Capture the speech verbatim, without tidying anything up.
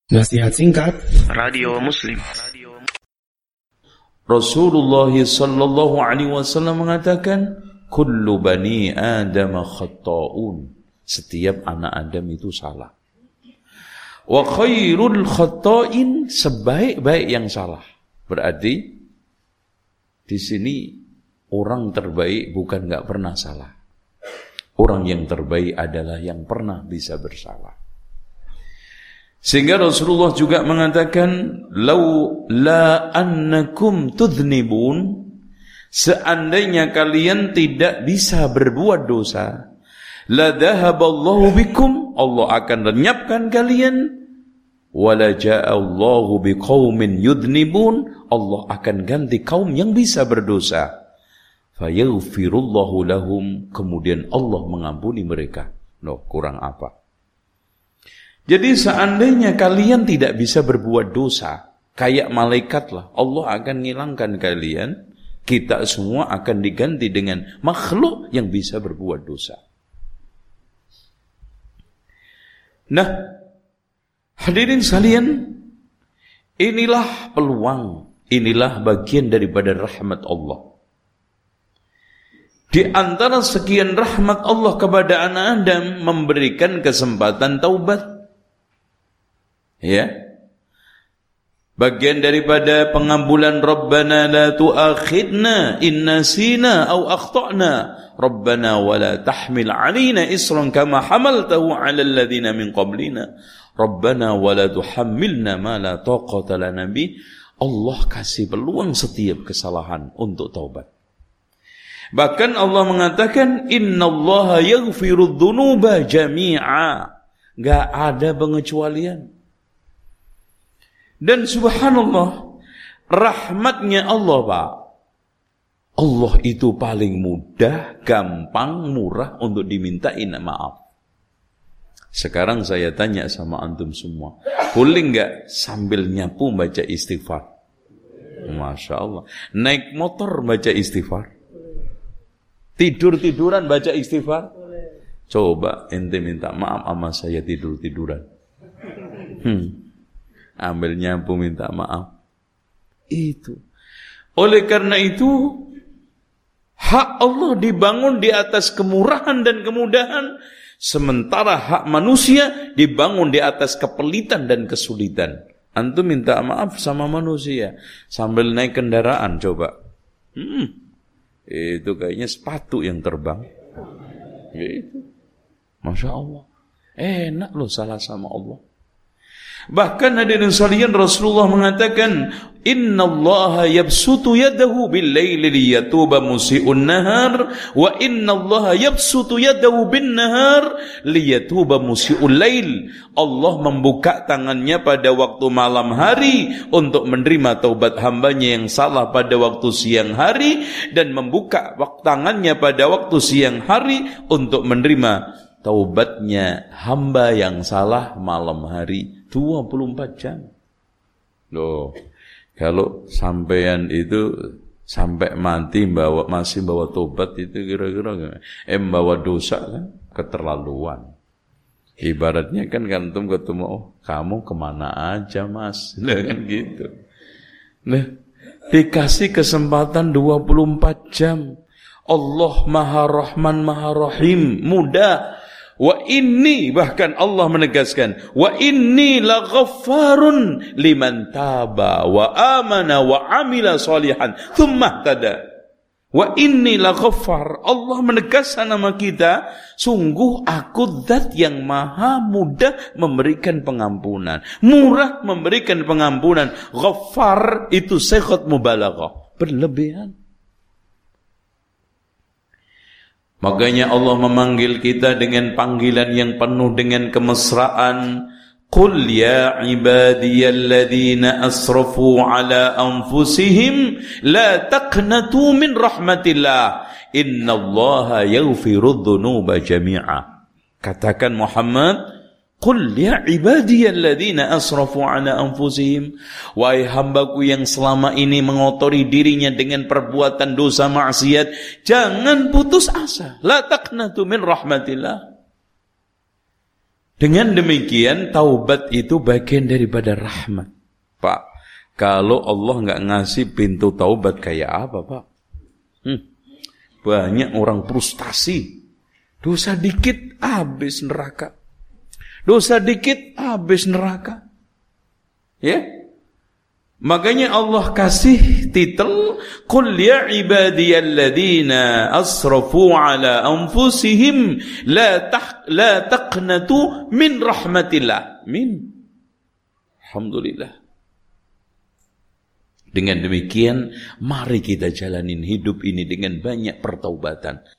Nasihat singkat Radio Muslim. Rasulullah sallallahu alaihi wasallam mengatakan, kullu bani Adam khata'un. Setiap anak Adam itu salah. Wa khairul khata'in, sebaik-baik yang salah. Berarti di sini orang terbaik bukan enggak pernah salah. Orang yang terbaik adalah yang pernah bisa bersalah. Sehingga Rasulullah juga mengatakan, lau la annakum tudhnibun, seandainya kalian tidak bisa berbuat dosa, la dhahaballahu bikum, Allah akan lenyapkan kalian, wala ja'allahu biqaumin yudhnibun, Allah akan ganti kaum yang bisa berdosa, fayaghfirullahu lahum, kemudian Allah mengampuni mereka. Loh, kurang apa? Jadi seandainya kalian tidak bisa berbuat dosa, kayak malaikat lah, Allah akan ngilangkan kalian, kita semua akan diganti dengan makhluk yang bisa berbuat dosa. Nah, hadirin sekalian, inilah peluang, inilah bagian daripada rahmat Allah. Di antara sekian rahmat Allah kepada anak Adam, memberikan kesempatan taubat. Ya, bagian daripada pengambulan Rabbana la tu'akhidna in nasina aw akhtana Rabbana wala tahmil 'alaina isran kama hamaltahu 'alal ladzina min qablina Rabbana wala tuhammilna ma la taqata lana bi. Allah kasih peluang setiap kesalahan untuk taubat. Bahkan Allah mengatakan, innallaha yaghfirudz dzunuba jami'a, enggak ada pengecualian. Dan subhanallah, rahmatnya Allah, Pak, Allah itu paling mudah, gampang, murah untuk dimintain maaf. Sekarang saya tanya sama antum semua, boleh enggak sambil nyapu baca istighfar? Masya Allah. Naik motor baca istighfar? Tidur-tiduran baca istighfar? Coba ente minta maaf sama saya tidur-tiduran. Hmm. Ambil nyapu minta maaf. Itu. Oleh karena itu, hak Allah dibangun di atas kemurahan dan kemudahan, sementara hak manusia dibangun di atas kepelitan dan kesulitan. Antum minta maaf sama manusia sambil naik kendaraan, coba. Hmm. Itu kayaknya sepatu yang terbang. Gitu. Masya Allah. Enak loh salah sama Allah. Bahkan hadirin sekalian, Rasulullah mengatakan, innallaha yabsutu yadahu bil-laili liyatuba musii'un nahar wa innallaha yabsutu yadahu bin-nahar liyatuba musii'ul lail. Allah membuka tangannya pada waktu malam hari untuk menerima taubat hambanya yang salah pada waktu siang hari, dan membuka tangannya pada waktu siang hari untuk menerima taubatnya hamba yang salah malam hari. dua puluh empat jam. Loh, kalau sampean itu sampai mati bawa masih bawa tobat itu kira-kira gimana? Eh bawa dosa kan keterlaluan. Ibaratnya kan kantum ketemu, oh kamu kemana aja mas? Nah, kan gitu. Nah, dikasih kesempatan dua puluh empat jam. Allah Maha Rahman Maha Rahim, mudah. Wa inni, bahkan Allah menegaskan, wa inni laghaffarun liman taba wa amana wa amila sholihan tsumma tada. Wa inni laghaffar, Allah menegaskan nama kita, sungguh aku zat yang maha mudah memberikan pengampunan, murah memberikan pengampunan. Ghaffar itu sighah mubalaghah, berlebihan. Makanya Allah memanggil kita dengan panggilan yang penuh dengan kemesraan. Qul ya ibadiyalladzina asrafu ala anfusihim la taqnatu min rahmatillah innallaha yaghfirudz dzunuba jami'a. Katakan Muhammad, qul ya ibadiyalladzina asrafu ala anfusihim, wahai hambaku yang selama ini mengotori dirinya dengan perbuatan dosa maksiat, jangan putus asa. La taqnatu min rahmatillah. Dengan demikian taubat itu bagian daripada rahmat. Pak, kalau Allah nggak ngasih pintu taubat kayak apa, Pak? Hmm. Banyak orang frustasi. Dosa dikit habis neraka. Dosa dikit habis neraka. Ya? Makanya Allah kasih titel Qul ya ibadiyalladzina asrafu ala anfusihim la taq la taqnatu min rahmatillah. Min. Alhamdulillah. Dengan demikian, mari kita jalanin hidup ini dengan banyak pertaubatan.